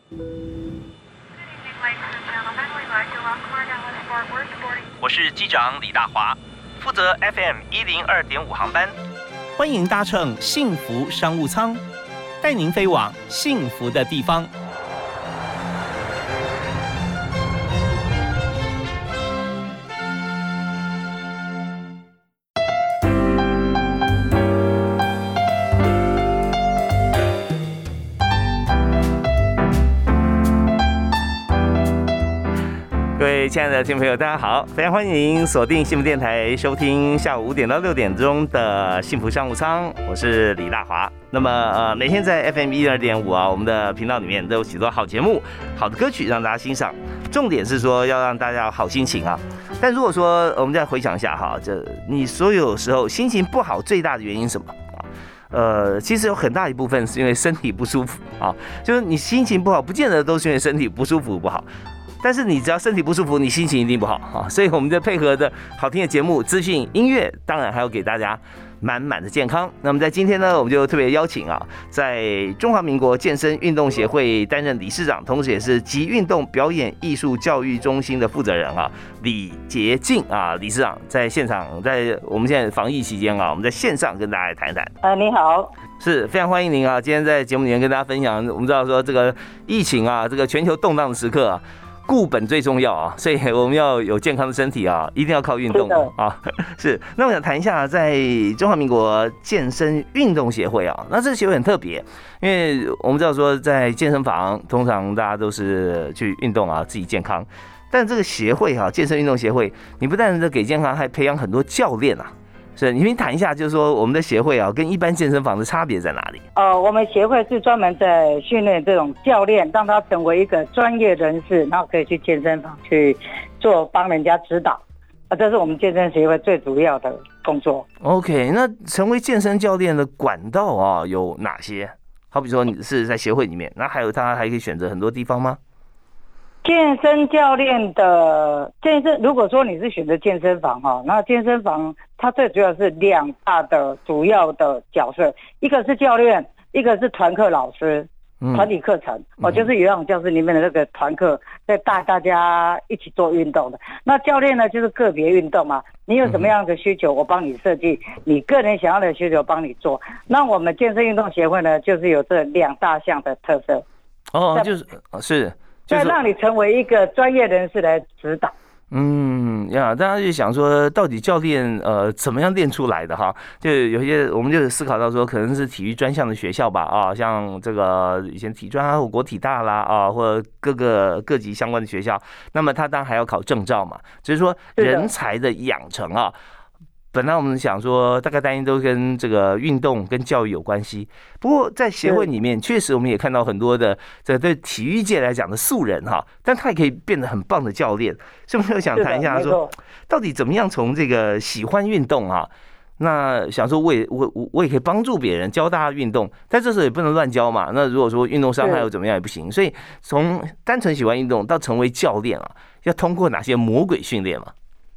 我是机长李大华，负责 FM102.5航班，欢迎搭乘幸福商务舱，带您飞往幸福的地方。各位亲爱的听众朋友，大家好，非常欢迎锁定幸福电台收听下午5点到6点钟的幸福商务舱，我是李大华。那么每天在 FM102.5啊，我们的频道里面都有许多好节目、好的歌曲让大家欣赏。重点是说要让大家有好心情啊。但如果说我们再回想一下哈，你所有时候心情不好最大的原因是什么？其实有很大一部分是因为身体不舒服啊，就是你心情不好，不见得都是因为身体不舒服不好。但是你只要身体不舒服，你心情一定不好啊！所以我们就配合的好听的节目、资讯、音乐，当然还要给大家满满的健康。那么在今天呢，我们就特别邀请啊，在中华民国健身运动协会担任理事长，同时也是集运动表演艺术教育中心的负责人啊，李捷进啊，理事长在现场，在我们现在防疫期间啊，我们在线上跟大家来谈谈。 你好。 是非常欢迎您啊！今天在节目里面跟大家分享，我们知道说这个疫情啊，这个全球动荡的时刻啊。固本最重要啊，所以我们要有健康的身体啊，一定要靠运动啊。是，那我想谈一下，在中华民国健身运动协会啊，那这个协会很特别，因为我们知道说，在健身房通常大家都是去运动啊，自己健康，但这个协会哈，健身运动协会，你不但是给健康，还培养很多教练啊。是，你们谈一下，就是说我们的协会啊，跟一般健身房的差别在哪里？ 我们协会是专门在训练这种教练，让他成为一个专业人士，然后可以去健身房去帮人家指导。这是我们健身协会最主要的工作。OK， 那成为健身教练的管道啊有哪些？好比说你是在协会里面，那还有他还可以选择很多地方吗？ 健身教练的如果说你是选择健身房哈，那健身房它最主要是2大的主要的角色，一个是教练，一个是团课老师，团体课程，就是游泳教室里面的那个团课，在带大家一起做运动的。那教练呢，就是个别运动嘛，你有什么样的需求，我帮你设计，你个人想要的需求帮你做。那我们健身运动协会呢，就是有这2大项的特色。 是。 再让你成为一个专业人士来指导。 大家就想说，到底教练怎么样练出来的哈？就有些我们就思考到说，可能是体育专项的学校吧啊，像这个以前体专啊、国体大啦啊，或者各级相关的学校，那么他当然还要考证照嘛，就是说人才的养成啊。本来我们想说，大概担心都跟这个运动跟教育有关系。不过在协会里面，确实我们也看到很多的这对体育界来讲的素人哈，但他也可以变得很棒的教练。所以我们想谈一下说，到底怎么样从这个喜欢运动啊，那想说我也可以帮助别人教大家运动，但这时候也不能乱教嘛。那如果说运动伤害又怎么样也不行。所以从单纯喜欢运动到成为教练啊，要通过哪些魔鬼训练嘛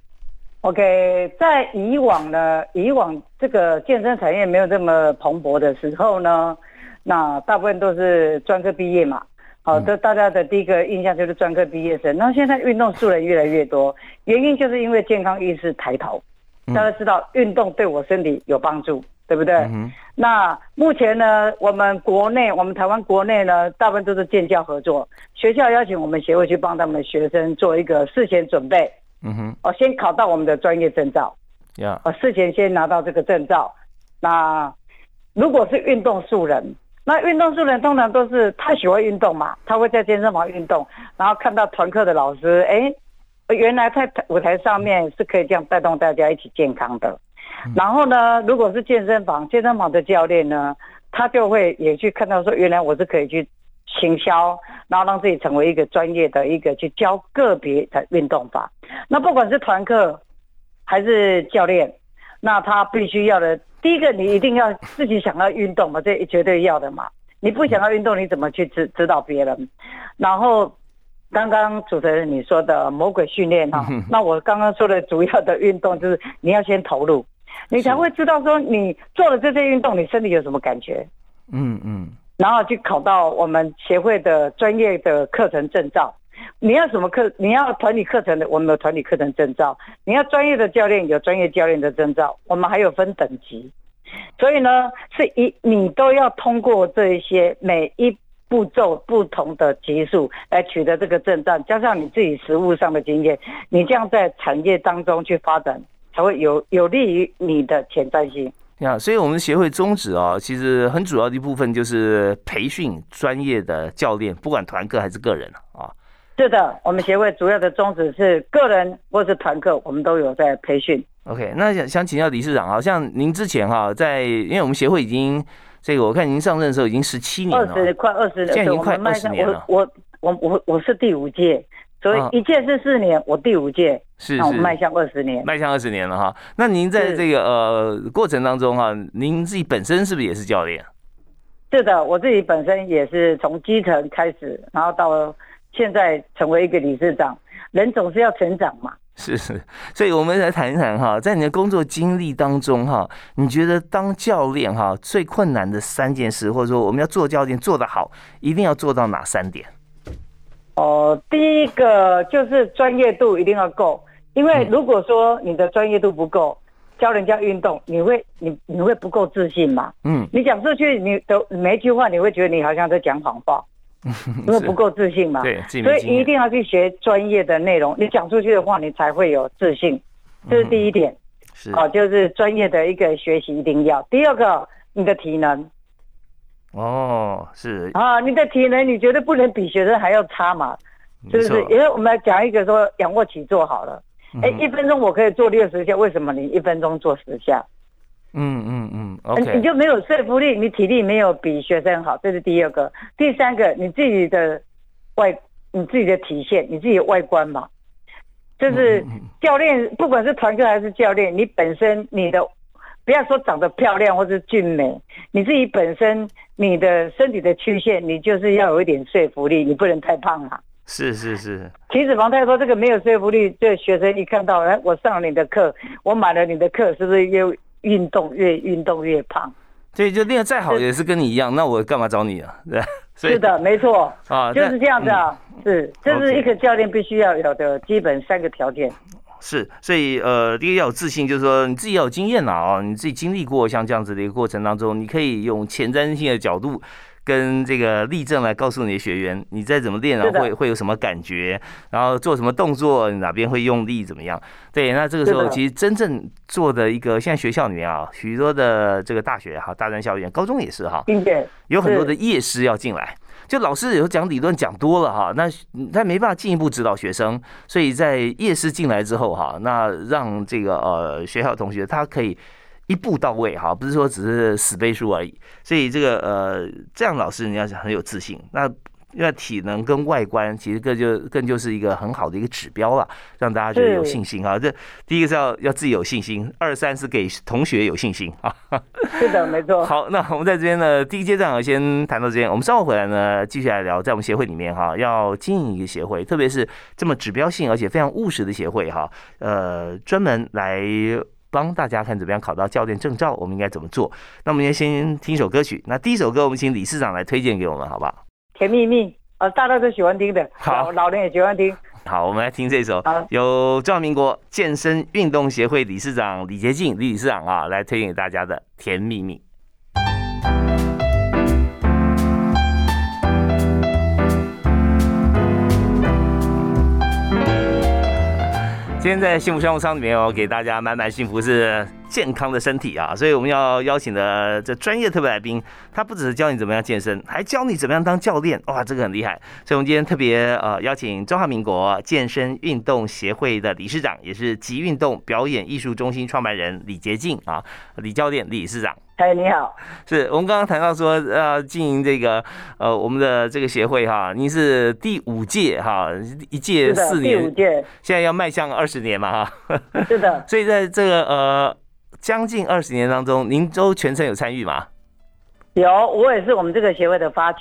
？OK， 在以往这个健身产业没有这么蓬勃的时候呢，那大部分都是专科毕业嘛。好，这大家的第一个印象就是专科毕业生。那现在运动素人越来越多，原因就是因为健康意识抬头，大家知道运动对我身体有帮助，对不对？那目前呢，我们台湾国内呢，大部分都是建教合作，学校邀请我们协会去帮他们的学生做一个事前准备。先考到我们的专业证照，事前先拿到这个证照。那如果是运动素人，那运动素人通常都是他喜欢运动嘛，他会在健身房运动，然后看到团课的老师，原来在舞台上面是可以这样带动大家一起健康的。然后呢，如果是健身房的教练呢，他就会也去看到说，原来我是可以去行销，然后让自己成为一个专业的一个去教个别的运动法。那不管是团课还是教练，那他必须要的第一个，你一定要自己想要运动嘛，这绝对要的嘛。你不想要运动，你怎么去指导别人？然后刚刚主持人你说的魔鬼训练哈，那我刚刚说的主要的运动就是你要先投入，你才会知道说你做了这些运动，你身体有什么感觉。 然后去考到我们协会的专业的课程证照。你要什么课？你要团体课程的，我们有团体课程证照；你要专业的教练，有专业教练的证照。我们还有分等级，所以呢，你都要通过这一些每一步骤不同的级数来取得这个证照，加上你自己实务上的经验，你这样在产业当中去发展，才会有利于你的前瞻性。 所以我们协会宗旨其实很主要的一部分就是培训专业的教练，不管团课还是个人啊。 是的，我们协会主要的宗旨是个人或是团课，我们都有在培训。 OK， 那想请教理事长，像您之前因为我们协会已经我看您上任的时候已经17年了， 快20年， 现在已经快20年了。 我是第5届，所以一届是4年，我第5届，那我们迈向20年， 迈向20年了哈。那您在这个过程当中您自己本身是不是也是教练？ 是的，我自己本身也是从基层开始，然后到现在成为一个理事长，人总是要成长嘛。 是，所以我们来谈一谈在你的工作经历当中你觉得当教练最困难的3件事，或者说我们要做教练做得好，一定要做到哪3点？ 第一个就是专业度一定要够，因为如果说你的专业度不够，教人家运动，你会不够自信嘛？你讲出去，你的每一句话，你会觉得你好像在讲谎话。因为不够自信嘛， 对， 所以一定要去学专业的内容，你讲出去的话，你才会有自信，这是第一点。就是专业的一个学习一定要。第二个，你的体能。 是你的体能你绝对不能比学生还要差嘛，是不是？因为我们来讲一个说仰卧起坐好了，1分钟我可以做60下，为什么你1分钟做10下 ？OK， 你就没有说服力，你体力没有比学生好，这是第二个。第三个，你自己的体现，你自己的外观嘛，就是教练，不管是团课还是教练，你本身你的不要说长得漂亮或是俊美，你自己本身你的身体的曲线，你就是要有一点说服力，你不能太胖啊。 是， 体脂肪太多，这个没有说服力，这学生一看到，我上了你的课，我买了你的课，是不是越运动越胖？ 所以就练得再好也是跟你一样，那我干嘛找你啊？对， 是的，没错就是这样子这是一个教练必须要有的基本3个条件。 是，所以第一个要有自信，就是说你自己要有经验你自己经历过像这样子的一个过程当中，你可以用前瞻性的角度跟这个例证来告诉你的学员，你再怎么练会有什么感觉，然后做什么动作，哪边会用力怎么样？对，那这个时候其实真正做的一个，现在学校里面许多的这个大学大专校院，高中也是有很多的业师要进来。就老师有讲理论讲多了那他没办法进一步指导学生，所以在业师进来之后那让这个学校同学他可以一步到位不是说只是死背书而已。所以这个这样老师你要很有自信，那因为体能跟外观其实更就是一个很好的一个指标了，让大家觉得有信心这第一个是要自己有信心，2、3是给同学有信心是的，没错。 好，那我们在这边呢，第一阶段先谈到这边，我们稍后回来呢，继续来聊，在我们协会里面要经营一个协会，特别是这么指标性而且非常务实的协会专门来帮大家看怎么样考到教练证照，我们应该怎么做。那我们先听一首歌曲，那第一首歌我们请理事长来推荐给我们，好不好？ 甜蜜蜜大家都喜欢听的，老人也喜欢听。 好，我们来听这首由中华民国健身运动协会理事长李捷进李理事长来推荐给大家的《甜蜜蜜》。今天在幸福商务舱里面给大家满满幸福是健康的身体所以我们要邀请的这专业特别来宾，他不只是教你怎么样健身，还教你怎么样当教练，哇，这个很厉害。所以我们今天特别邀请中华民国健身运动协会的理事长，也是极运动表演艺术中心创办人李捷进李教练李理事长。 你好。 是我们刚刚谈到说经营这个我们的这个协会您是第5届一届4年， 第5届， 现在要迈向20年嘛是的。 所以在这个将近20年当中，您都全程有参与吗？ 有，我也是我们这个协会的发起。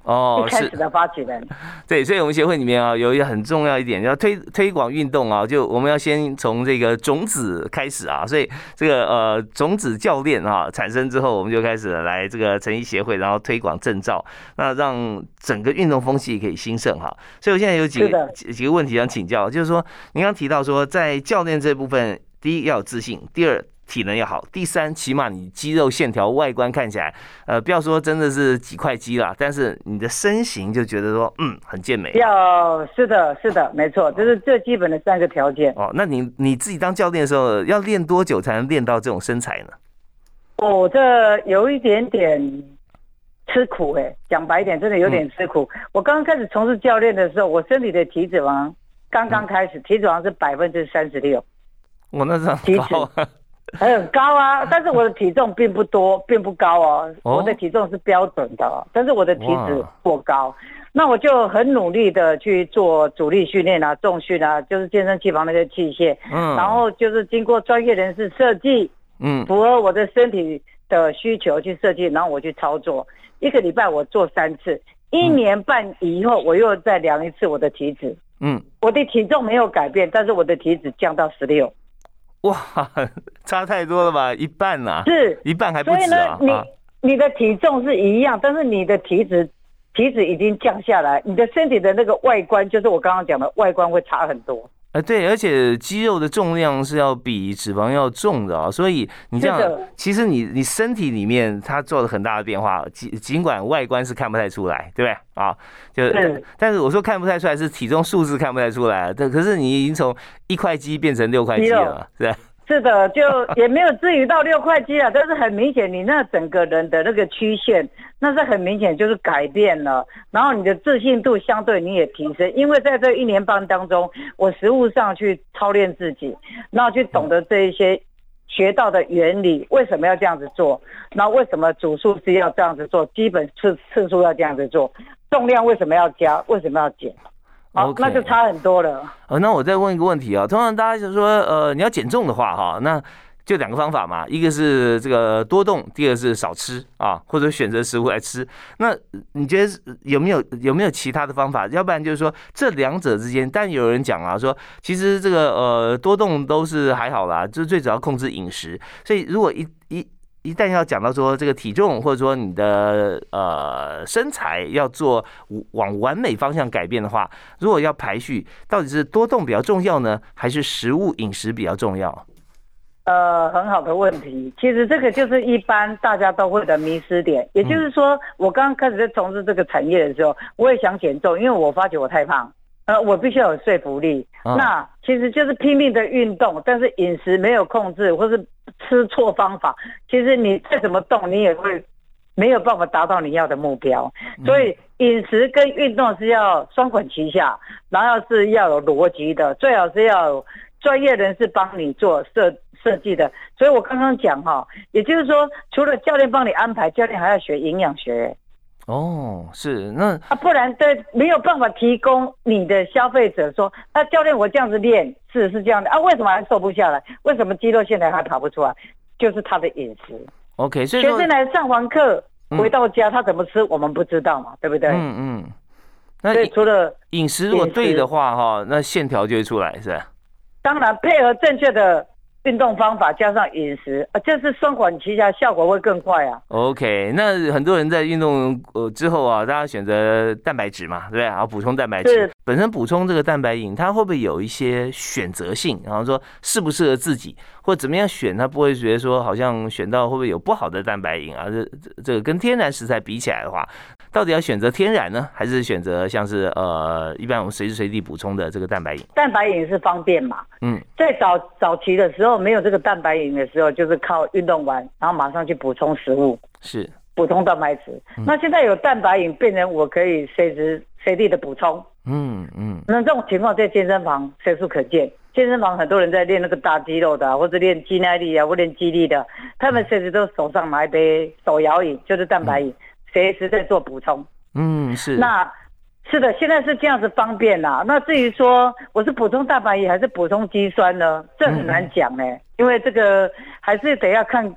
哦， 一开始的发起人。 对，所以我们协会里面啊，有一个很重要一点，要推广运动啊，就我们要先从这个种子开始啊，所以这个种子教练啊产生之后，我们就开始来这个成立协会，然后推广证照，那让整个运动风气可以兴盛哈。所以我现在有几个问题想请教，就是说您刚提到说，在教练这部分，第一要有自信，第二体能要好，第三，起码你肌肉线条外观看起来，不要说真的是几块肌啦，但是你的身形就觉得说，很健美。 是的，没错，这是最基本的3个条件。 哦，那你自己当教练的时候，要练多久才能练到这种身材呢？ 这有一点点吃苦讲白一点，真的有点吃苦。我刚刚开始从事教练的时候，我身体的体脂肪刚刚开始，体脂肪是36%。 我那这样高啊。 很高啊，但是我的体重并不多，并不高哦。我的体重是标准的，但是我的体脂过高。那我就很努力的去做阻力训练啊、重训啊，就是健身器房那些器械。然后就是经过专业人士设计，符合我的身体的需求去设计，然后我去操作。1个礼拜我做3次，1年半以后我又再量一次我的体脂。我的体重没有改变，但是我的体脂降到16。 哇，差太多了吧，一半啊， 是一半还不止啊。 所以呢，你的体重是一样，但是你的体脂已经降下来，你的身体的那个外观，就是我刚刚讲的外观会差很多。 对，而且肌肉的重量是要比脂肪要重的啊，所以你这样，其实你身体里面它做了很大的变化，尽管外观是看不太出来，对不对啊？但是我说看不太出来是体重数字看不太出来，可是你已经从1块肌变成6块肌了，是吧？ 是的，就也没有至于到6块肌了，但是很明显，你那整个人的那个曲线，那是很明显就是改变了。然后你的自信度相对你也提升，因为在这1年半当中，我实务上去操练自己，然后去懂得这一些学到的原理，为什么要这样子做，然后为什么组数是要这样子做，基本次数要这样子做，重量为什么要加，为什么要减。好，那就差很多了。 那我再问一个问题啊，通常大家就说，你要减重的话，哈，那就2个方法嘛，一个是这个多动，第二是少吃啊，或者选择食物来吃。那你觉得有没有其他的方法？要不然就是说这2者之间，但有人讲啊，说其实这个多动都是还好啦，就是最主要控制饮食。所以如果一旦要讲到说这个体重或者说你的身材要做往完美方向改变的话，如果要排序，到底是多动比较重要呢，还是食物饮食比较重要？ 很好的问题。其实这个就是一般大家都会的迷失点。也就是说，我刚刚开始在从事这个产业的时候，我也想减重，因为我发觉我太胖。我必须要有说服力。那其实就是拼命的运动，但是饮食没有控制，或是吃错方法，其实你再怎么动，你也会没有办法达到你要的目标。所以饮食跟运动是要双管齐下，然后是要有逻辑的，最好是要有专业人士帮你做设计的。所以我刚刚讲也就是说，除了教练帮你安排，教练还要学营养学。 是那不然没有办法提供你的消费者说，教练我这样子练是这样的为什么还瘦不下来？为什么肌肉线条还跑不出来？就是他的饮食。 OK， 所以学生来上完课回到家他怎么吃我们不知道嘛，对不对？ 那所以除了饮食如果对的话那线条就会出来，是吧？ 当然配合正确的运动方法加上饮食这是双管齐下，效果会更快啊。 OK， 那很多人在运动之后大家选择蛋白质嘛，对不对？然后补充蛋白质，本身补充这个蛋白饮，它会不会有一些选择性？然后说适不适合自己，或者怎么样选，它不会觉得说好像选到会不会有不好的蛋白饮啊？这个跟天然食材比起来的话，到底要选择天然呢，还是选择像是一般我们随时随地补充的这个蛋白饮？蛋白饮是方便嘛？在早期的时候没有这个蛋白饮的时候，就是靠运动完然后马上去补充食物， 是补充蛋白质。那现在有蛋白饮，变成我可以随时随地的补充。那这种情况在健身房随处可见。健身房很多人在练那个大肌肉的或者练肌耐力或练肌力的，他们随时都手上拿一杯手摇饮，就是蛋白饮，随时在做补充。 是。 那是的，现在是这样子方便啦。那至于说我是补充蛋白饮还是补充肌酸呢？这很难讲因为这个还是得要看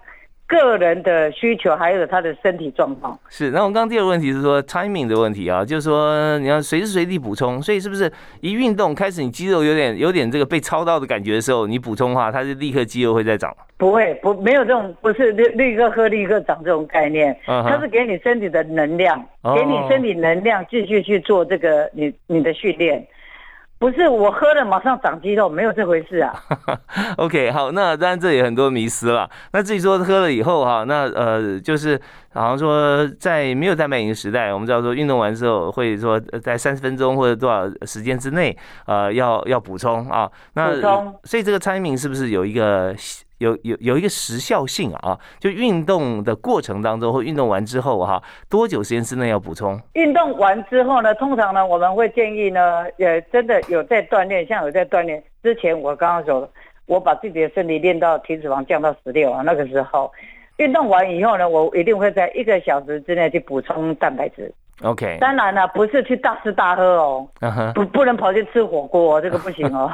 个人的需求，还有他的身体状况。 是，那我们刚刚第二个问题是说 timing 的问题啊，就是说你要随时随地补充，所以是不是一运动开始你肌肉有点这个被操到的感觉的时候，你补充的话，它是立刻肌肉会再长？ 不会，没有这种，不是立刻喝立刻长这种概念，它是给你身体的能量，给你身体能量继续去做这个你的训练。不是我喝了马上长肌肉，没有这回事啊。 OK， 好，那当然这也很多迷思了。那至于说喝了以后哈，那就是好像说在没有蛋白饮食时代，我们知道说运动完之后会说在30分钟或者多少时间之内，要补充啊。那所以这个 timing 是不是有一个有一个时效性啊？就运动的过程当中或运动完之后哈，多久时间之内要补充？ 运动完之后呢，通常呢我们会建议呢，真的有在锻炼，像有在锻炼之前，我刚刚说我把自己的身体练到体脂肪降到16啊，那个时候运动完以后呢，我一定会在1个小时之内去补充蛋白质。 OK， 当然了，不是去大吃大喝哦，不能跑去吃火锅哦，这个不行哦。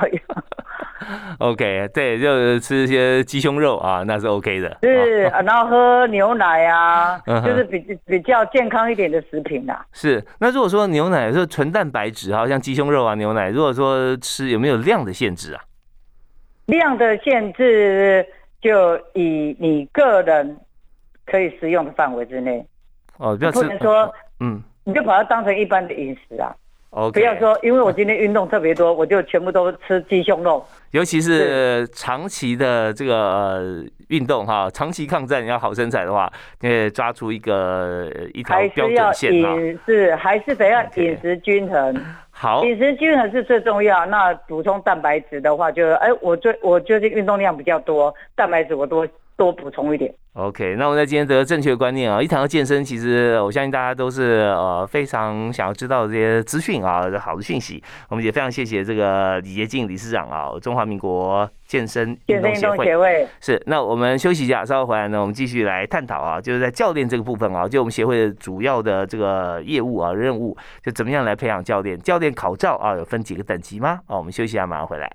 OK， 对，就吃一些鸡胸肉啊，那是 OK 的。 是，然后喝牛奶啊，就是比较健康一点的食品啦。 是，那如果说牛奶是纯蛋白质啊，像鸡胸肉啊、牛奶，如果说吃有没有量的限制啊？ 量的限制就以你个人可以食用的范围之内。 哦，不要吃， 不能说你就把它当成一般的饮食啊。 Okay， 不要说因为我今天运动特别多，我就全部都吃鸡胸肉。 尤其是长期的这个运动哈，长期抗战要好身材的话，抓出一条标准线啊。 还是得要饮食均衡。 好， 饮食均衡是最重要。那补充蛋白质的话，我最近运动量比较多，蛋白质我多补充一点。 OK， 那我们在今天得正确的观念啊，一谈到健身，其实我相信大家都是非常想要知道这些资讯啊，好的讯息。我们也非常谢谢这个李捷进理事长啊，中华民国健身运动协会。是，那我们休息一下，稍后回来呢，我们继续来探讨啊，就是在教练这个部分啊，就我们协会的主要的这个业务啊任务，就怎么样来培养教练？教练考照啊，有分几个等级吗？我们休息一下，马上回来。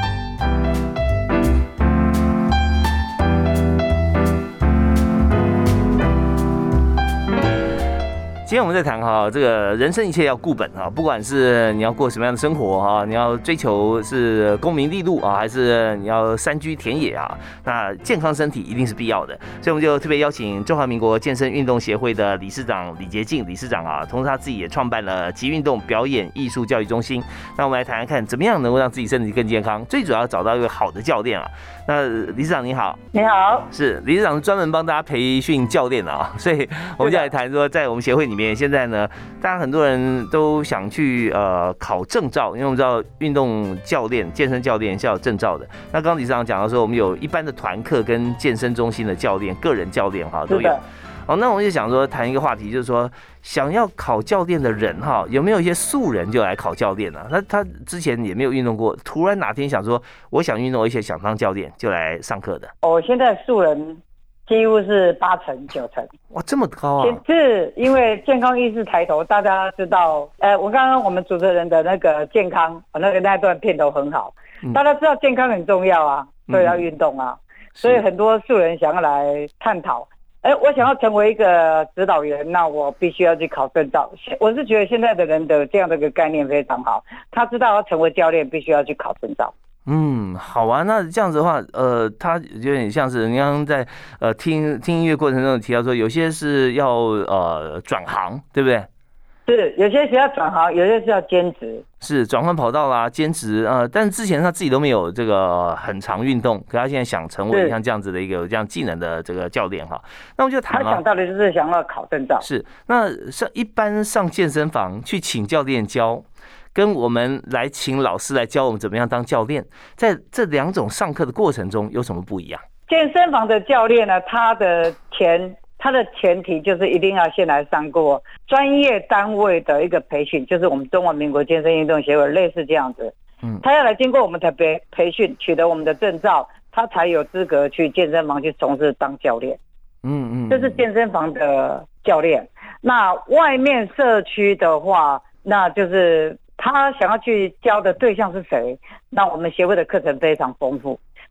今天我们在谈哈，这个人生一切要顾本啊，不管是你要过什么样的生活哈，你要追求是功名利禄啊，还是你要山居田野啊，那健康身体一定是必要的。所以我们就特别邀请中华民国健身运动协会的理事长李捷进理事长啊，同时他自己也创办了极运动表演艺术教育中心。那我们来谈谈看，怎么样能够让自己身体更健康？最主要找到一个好的教练啊。那理事长你好。 你好。 是，理事长专门帮大家培训教练啊，所以我们就来谈说，在我们协会里面，现在呢，大家很多人都想去考证照，因为我们知道运动教练、健身教练是要有证照的。那刚刚理事长讲到说，我们有一般的团课跟健身中心的教练、个人教练哈都有。好，那我们就想说谈一个话题，就是说想要考教练的人哈，有没有一些素人就来考教练呢？他之前也没有运动过，突然哪天想说我想运动，而且想当教练，就来上课的。 现在素人几乎是8成9成。 哇，这么高啊！ 是因为健康意识抬头，大家知道，我刚刚我们主持人的那个健康，那段片头很好，大家知道健康很重要啊，所以要运动啊，所以很多素人想要来探讨。我想要成为一个指导员，那我必须要去考证照。我是觉得现在的人的这样的一个概念非常好，他知道要成为教练必须要去考证照。 好啊，那这样子的话，他有点像是你刚刚在听音乐过程中提到说，有些是要转行，对不对？ 是，有些是要转行，有些是要兼职， 是转换跑道啦，兼职但是之前他自己都没有这个很常运动，可他现在想成为像这样子的一个有这样技能的这个教练哈。那我就谈他想到的就是想要考证照。 是，那一般上健身房去请教练教，跟我们来请老师来教我们怎么样当教练，在这2种上课的过程中有什么不一样？ 健身房的教练呢，他的前提就是一定要先来上过专业单位的一个培训，就是我们中华民国健身运动协会类似这样子。他要来经过我们的培训，取得我们的证照，他才有资格去健身房去从事当教练。这是健身房的教练。那外面社区的话，那就是他想要去教的对象是谁？那我们协会的课程非常丰富。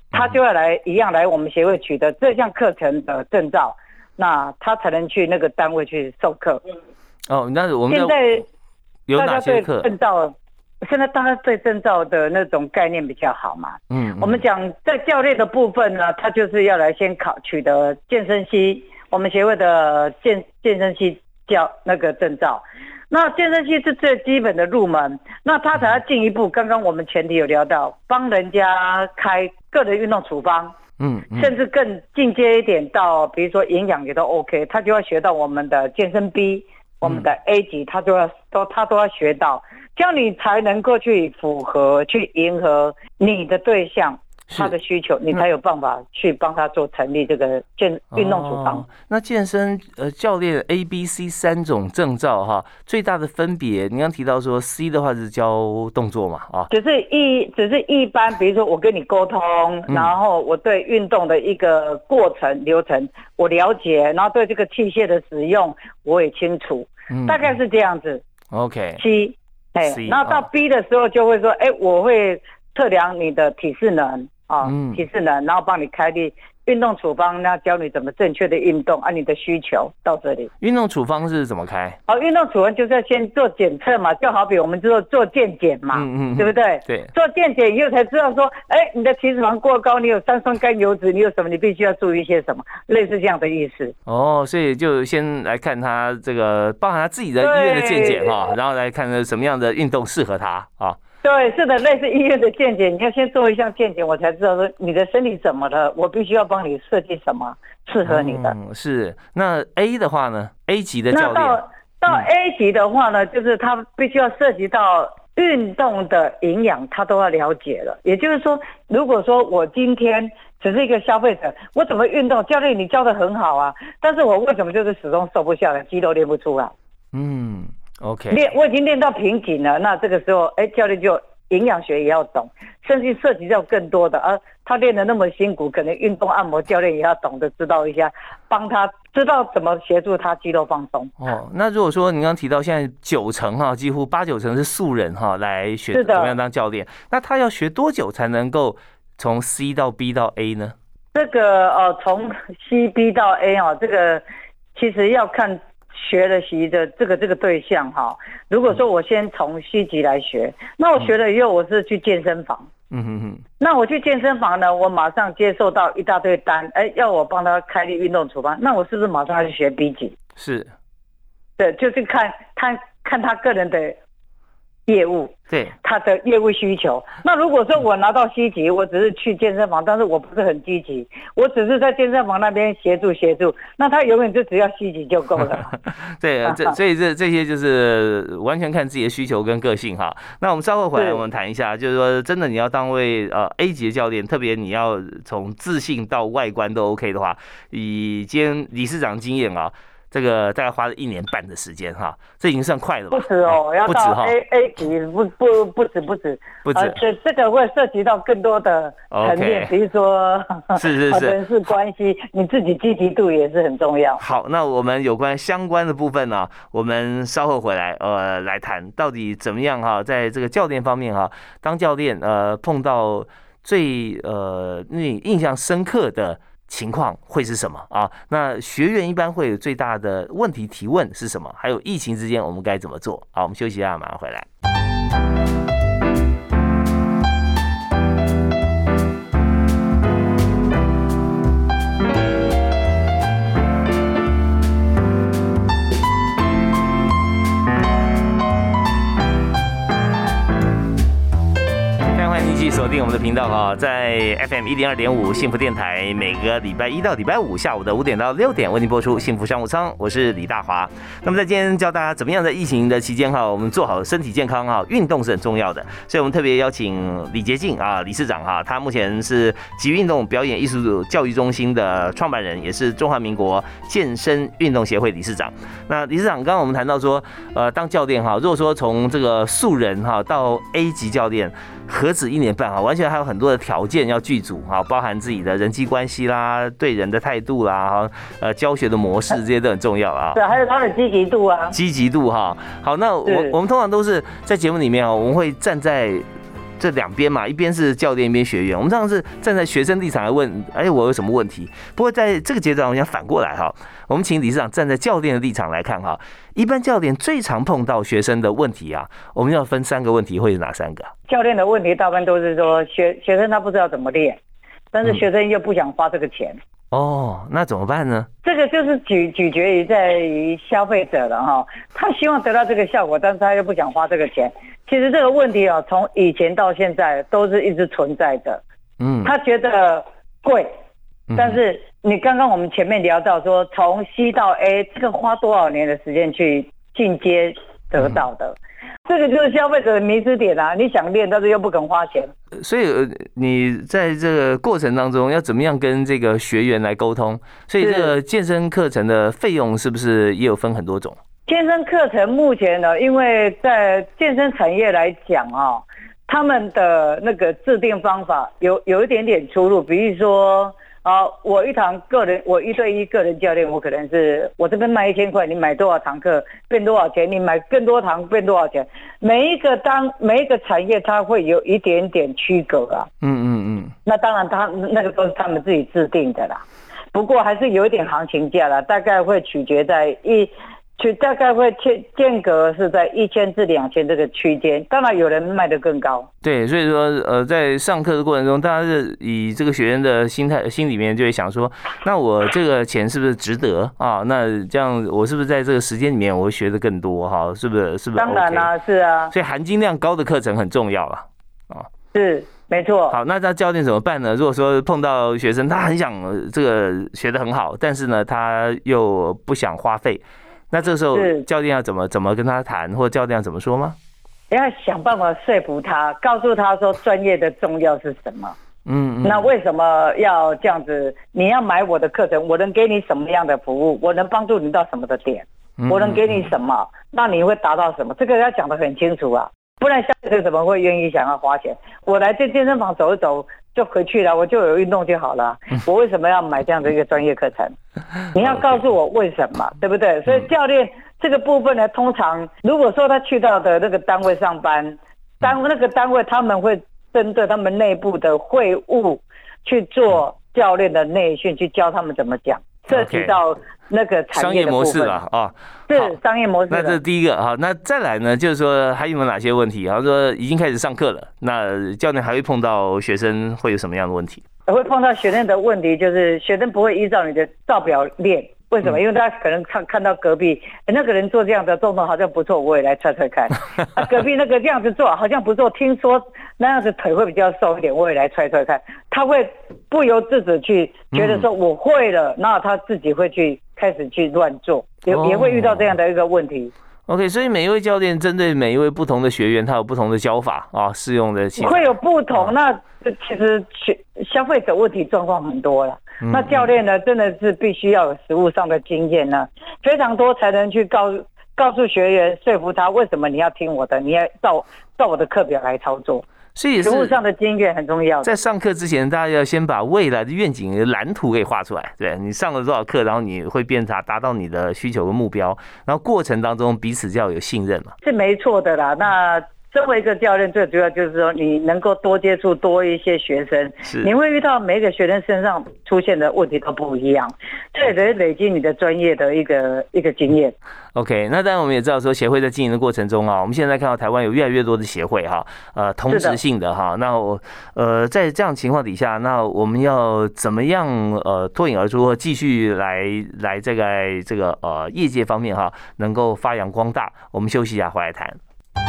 他就要一样来我们协会取得这项课程的证照，那他才能去那个单位去授课。 哦，那我们现在有哪些课？ 证照，现在大家对证照的那种概念比较好嘛。我们讲在教练的部分呢，他就是要来先取得健身系，我们协会的健身系那个证照。那健身系是最基本的入门，那他才要进一步。刚刚我们前提有聊到，帮人家开个人运动处方，甚至更进阶一点到，比如说营养也都 OK， 他就要学到我们的健身 B， 我们的 A 级，他都要学到，这样你才能够去去迎合你的对象。他的需求，你才有办法去帮他做成立这个运动处方。 那健身教练 A、B、C 3种证照哈，最大的分别，你刚提到说 C 的话是教动作嘛啊， 只是一般，比如说我跟你沟通，然后我对运动的一个过程流程我了解，然后对这个器械的使用我也清楚，大概是这样子。 OK。 C， 然后到 B 的时候就会说，我会测量你的体适能。体适能，然后帮你开立运动处方，那教你怎么正确的运动，按你的需求到这里。 运动处方是怎么开？ 运动处方就是要先做检测嘛，就好比我们做健检嘛，对不对？ 对。做健检以后才知道说，你的体脂肪过高，你有3酸甘油脂，你有什么，你必须要注意一些什么，类似这样的意思。 所以就先来看他这个，包含他自己的医院的健检哈，然后来看什么样的运动适合他啊。 对，是的，类似医院的健检，你要先做一项健检，我才知道说你的身体怎么了，我必须要帮你设计什么适合你的。 是。那 A 的话呢 ？A 级的教练。 那到 A 级的话呢，就是他必须要涉及到运动的营养，他都要了解了。也就是说，如果说我今天只是一个消费者，我怎么运动？教练你教得很好啊，但是我为什么就是始终瘦不下来，肌肉练不出来 ？OK， 我已经练到瓶颈了，那这个时候，教练就营养学也要懂，甚至涉及到更多的，而他练得那么辛苦，可能运动按摩教练也要懂得知道一下，帮他知道怎么协助他肌肉放松。 那如果说你刚刚提到现在90%哈，几乎8、9成是素人哈来学怎么样当教练，那他要学多久才能够从 C 到 B 到 A 呢？ 这个从 C、B 到 A 这个其实要看学了习的这个对象哈。如果说我先从 C 级来学，那我学了以后我是去健身房，那我去健身房呢，我马上接受到一大堆单，要我帮他开立运动处方，那我是不是马上要去学 B 级？ 是， 对，就是看他个人的业务， 对他的业务需求。那如果说我拿到 C 级，我只是去健身房，但是我不是很积极，我只是在健身房那边协助，那他永远就只要 C 级就够了。 对，所以这些就是完全看自己的需求跟个性哈。那我们稍后回来我们谈一下，就是说真的你要当位A 级的教练，特别你要从自信到外观都 OK 的话，以今天理事长经验啊。这个大概花了1年半的时间哈，这已经算快了吧？ 不止要到 A 级，不止。这个会涉及到更多的层面，比如说是人事关系，你自己积极度也是很重要。 好，那我们有关相关的部分呢，我们稍后回来来谈到底怎么样哈，在这个教练方面哈，当教练碰到最你印象深刻的情况会是什么啊？那学员一般会有最大的问题提问是什么？还有疫情之间我们该怎么做？好，我们休息一下，马上回来。锁定我们的频道哈，在 FM 102.5幸福电台，每个礼拜1到礼拜5下午的5点到6点为您播出幸福商务舱，我是李大华。那么在今天教大家怎么样在疫情的期间哈，我们做好身体健康哈，运动是很重要的，所以我们特别邀请李捷进理事长哈，他目前是极运动表演艺术教育中心的创办人，也是中华民国健身运动协会理事长。那理事长刚刚我们谈到说，当教练哈，如果说从这个素人哈到 A 级教练，何止1年半啊，完全还有很多的条件要具足啊，包含自己的人际关系啦、对人的态度啦、教学的模式，这些都很重要啊。 对，还有他的积极度啊。 积极度哈。好，那我们通常都是在节目里面我们会站在这两边嘛，一边是教练，一边学员，我们常常是站在学生立场来问，哎，我有什么问题？不过在这个阶段，我想反过来哈，我们请理事长站在教练的立场来看哈，一般教练最常碰到学生的问题啊，我们要分3个问题，会是哪3个？ 教练的问题大部分都是说学生他不知道怎么练，但是学生又不想花这个钱。 哦，那怎么办呢？ 这个就是取决于在于消费者了哈，他希望得到这个效果，但是他又不想花这个钱。其实这个问题啊，从以前到现在都是一直存在的。他觉得贵，但是你刚刚我们前面聊到说，从 C 到 A 这个花多少年的时间去进阶得到的。这个就是消费者的迷思点啊！你想练，但是又不肯花钱。 所以你在这个过程当中要怎么样跟这个学员来沟通？所以这个健身课程的费用是不是也有分很多种？ 健身课程目前呢，因为在健身产业来讲啊，他们的那个制定方法有一点点出入，比如说。我一堂个人，我1对1个人教练，我可能是我这边卖1000块，你买多少堂课变多少钱，你买更多堂变多少钱。每一个产业它会有一点点区隔啊。那当然他那个都是他们自己制定的啦。不过还是有一点行情价啦，大概会取决在大概会间隔是在1000至2000这个区间，当然有人卖得更高。 对，所以说在上课的过程中，大家是以这个学员的心里面就会想说，那我这个钱是不是值得啊？那这样我是不是在这个时间里面我会学得更多哈？是不是？ 当然啦，是啊。 所以含金量高的课程很重要啦。 是。没错。 好，那教练怎么办呢？如果说碰到学生他很想这个学得很好，但是呢他又不想花费。那这时候教练要怎么跟他谈，或者教练要怎么说吗？ 要想办法说服他，告诉他说专业的重要是什么。那为什么要这样子？你要买我的课程，我能给你什么样的服务？我能帮助你到什么的点？我能给你什么？那你会达到什么？这个要讲得很清楚啊，不然消费者怎么会愿意想要花钱？我来这健身房走一走就回去了，我就有运动就好了。我为什么要买这样的一个专业课程？你要告诉我为什么，对不对？所以教练这个部分呢，通常如果说他去到的那个单位上班，那个单位他们会针对他们内部的会务去做教练的内训，去教他们怎么讲，涉及到那个产业的部分。 商业模式了啊， 是商业模式。 那这是第一个哈，那再来呢，就是说还有没有哪些问题？然后说已经开始上课了，那教练还会碰到学生会有什么样的问题？ 会碰到学生的问题，就是学生不会依照你的照表练。为什么？因为他可能看到隔壁那个人做这样的动作好像不错，我也来踹踹看。隔壁那个这样子做好像不错，听说那样子腿会比较瘦一点，我也来踹踹看。他会不由自主去觉得说我会了，那他自己会去开始去乱做，也会遇到这样的一个问题。 OK， 所以每一位教练针对每一位不同的学员，他有不同的教法啊，适用的器材会有不同。那其实消费者问题状况很多了。那教练呢，真的是必须要有实务上的经验呢，非常多才能去告诉学员，说服他为什么你要听我的，你要照我的课表来操作。所以实务上的经验很重要。在上课之前，大家要先把未来的愿景的蓝图给画出来。对，你上了多少课，然后你会达到你的需求和目标，然后过程当中彼此就要有信任嘛。 是没错的啦。那身为一个教练，最主要就是说你能够多接触多一些学生，你会遇到每一个学生身上出现的问题都不一样，这也得累积你的专业的一个经验。 OK， 那当然我们也知道说协会在经营的过程中啊，我们现在看到台湾有越来越多的协会哈，同质性的哈，那在这样情况底下，那我们要怎么样脱颖而出，继续来这个业界方面哈，能够发扬光大？我们休息一下，回来谈。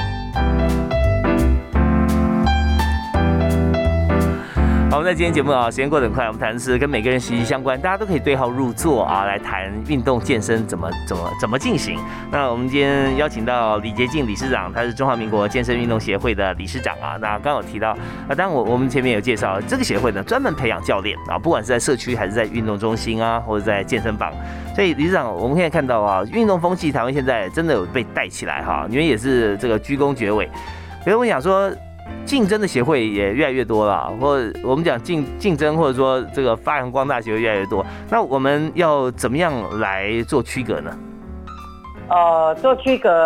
好，我们在今天节目啊，时间过得很快，我们谈的是跟每个人息息相关，大家都可以对号入座啊，来谈运动健身怎么进行。那我们今天邀请到李捷进理事长，他是中华民国健身运动协会的理事长啊。那刚有提到，当然我们前面有介绍，这个协会呢专门培养教练啊，不管是在社区还是在运动中心啊，或者在健身房。所以理事长，我们可以看到啊，运动风气台湾现在真的有被带起来哈，你们也是这个居功厥伟。所以我想说，竞争的协会也越来越多了，或者我们讲竞争，或者说这个发扬光大协会越来越多。那我们要怎么样来做区隔呢？ 做区隔，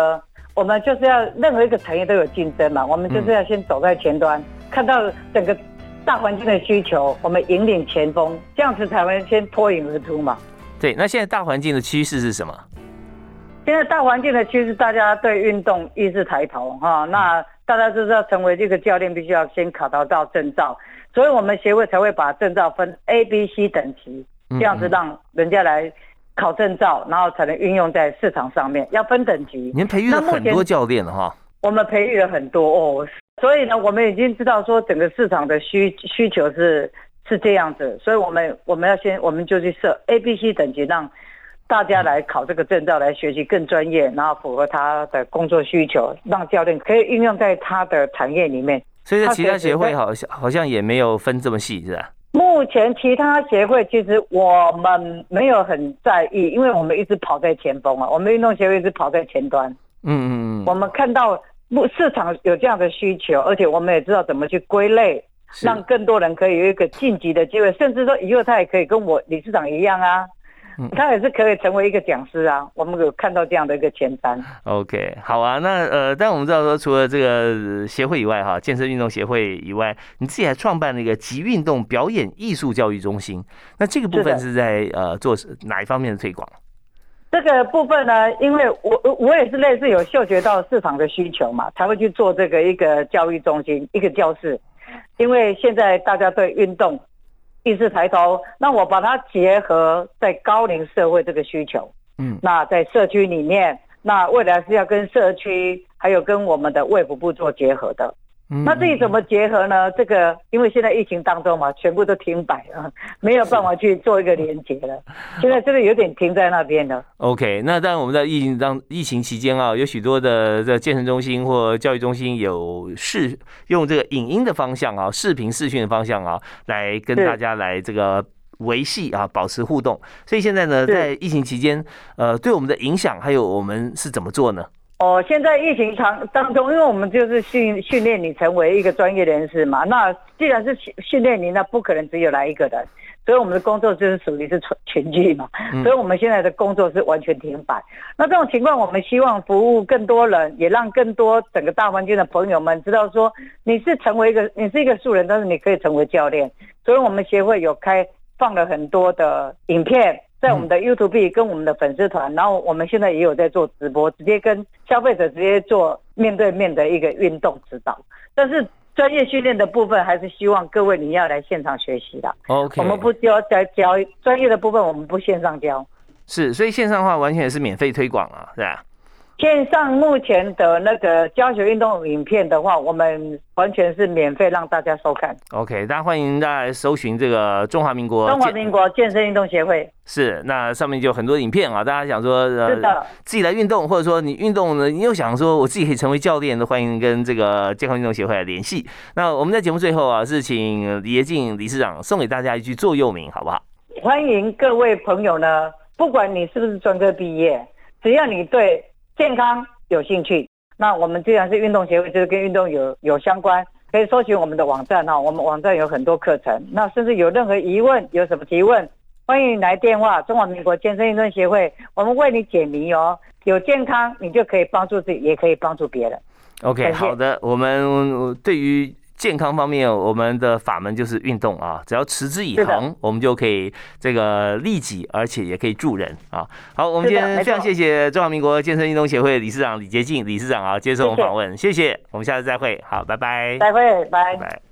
我们就是要任何一个产业都有竞争嘛，我们就是要先走在前端，看到整个大环境的需求，我们引领前锋，这样子才会先脱颖而出嘛。 对，那现在大环境的趋势是什么？ 现在大环境的趋势，大家对运动意识抬头哈，那大家就是要成为这个教练，必须要先考到证照，所以我们协会才会把证照分 A、B、C 等级，这样子让人家来考证照，然后才能运用在市场上面，要分等级。 您培育了很多教练了哈。 我们培育了很多哦，所以呢，我们已经知道说整个市场的需求是这样子，所以我们就去设 A、B、C 等级，让大家来考这个证照，来学习更专业，然后符合他的工作需求，让教练可以运用在他的产业里面。 所以在其他协会好像也没有分这么细，是吧？ 目前其他协会其实我们没有很在意，因为我们一直跑在前锋啊，我们运动协会一直跑在前端。我们看到市场有这样的需求，而且我们也知道怎么去归类，让更多人可以有一个晋级的机会，甚至说以后他也可以跟我理事长一样啊。他也是可以成为一个讲师啊，我们有看到这样的一个前瞻。 OK， 好啊，那但我们知道说，除了这个协会以外，哈，健身运动协会以外，你自己还创办了一个极运动表演艺术教育中心。那这个部分是在做哪一方面的推广？ 这个部分呢，因为我也是类似有嗅觉到市场的需求嘛，才会去做这个一个教育中心，一个教室。因为现在大家对运动意识抬头，那我把它结合在高龄社会这个需求，那在社区里面，那未来是要跟社区还有跟我们的卫福部做结合的。那至于怎么结合呢？这个因为现在疫情当中嘛，全部都停摆了，没有办法去做一个连结了。现在这个有点停在那边了。 OK， 那当然我们在疫情期间啊，有许多的健身中心或教育中心用这个影音的方向啊，视频视讯的方向啊，来跟大家来这个维系啊，保持互动。所以现在呢，在疫情期间，对我们的影响还有我们是怎么做呢？ 现在疫情当中，因为我们就是训练你成为一个专业人士嘛，那既然是训练你，那不可能只有来一个人，所以我们的工作就是属于是群聚嘛，所以我们现在的工作是完全停摆。那这种情况，我们希望服务更多人，也让更多整个大环境的朋友们知道说，你是一个素人，但是你可以成为教练。所以我们协会有放了很多的影片在我们的 YouTube 跟我们的粉丝团，然后我们现在也有在做直播，直接跟消费者直接做面对面的一个运动指导。但是专业训练的部分，还是希望各位你要来现场学习的。 OK， 我们不教专业的部分，我们不线上教。 是，所以线上的话完全也是免费推广啊，是吧？ 线上目前的那个教学运动影片的话，我们完全是免费让大家收看。 OK， 大家欢迎大家来搜寻这个中华民国健身运动协会。 是，那上面就有很多影片啊，大家想说自己来运动，或者说你运动呢，你又想说我自己可以成为教练的，欢迎跟这个健康运动协会来联系。那我们在节目最后啊，是请李爷进理事长送给大家一句座右铭，好不好？ 欢迎各位朋友呢，不管你是不是专科毕业，只要你对健康有兴趣，那我们既然是运动协会，就是跟运动有相关，可以搜寻我们的网站，我们网站有很多课程，那甚至有任何疑问，有什么提问，欢迎你来电话中华民国健身运动协会，我们为你解谜哦。有健康，你就可以帮助自己，也可以帮助别人。 OK， 好的，我们对于健康方面，我们的法门就是运动啊，只要持之以恒，我们就可以这个利己，而且也可以助人啊。好，我们今天非常谢谢中华民国健身运动协会理事长李捷进理事长啊，接受我们访问，谢谢，我们下次再会，好，拜拜， 再会，拜拜。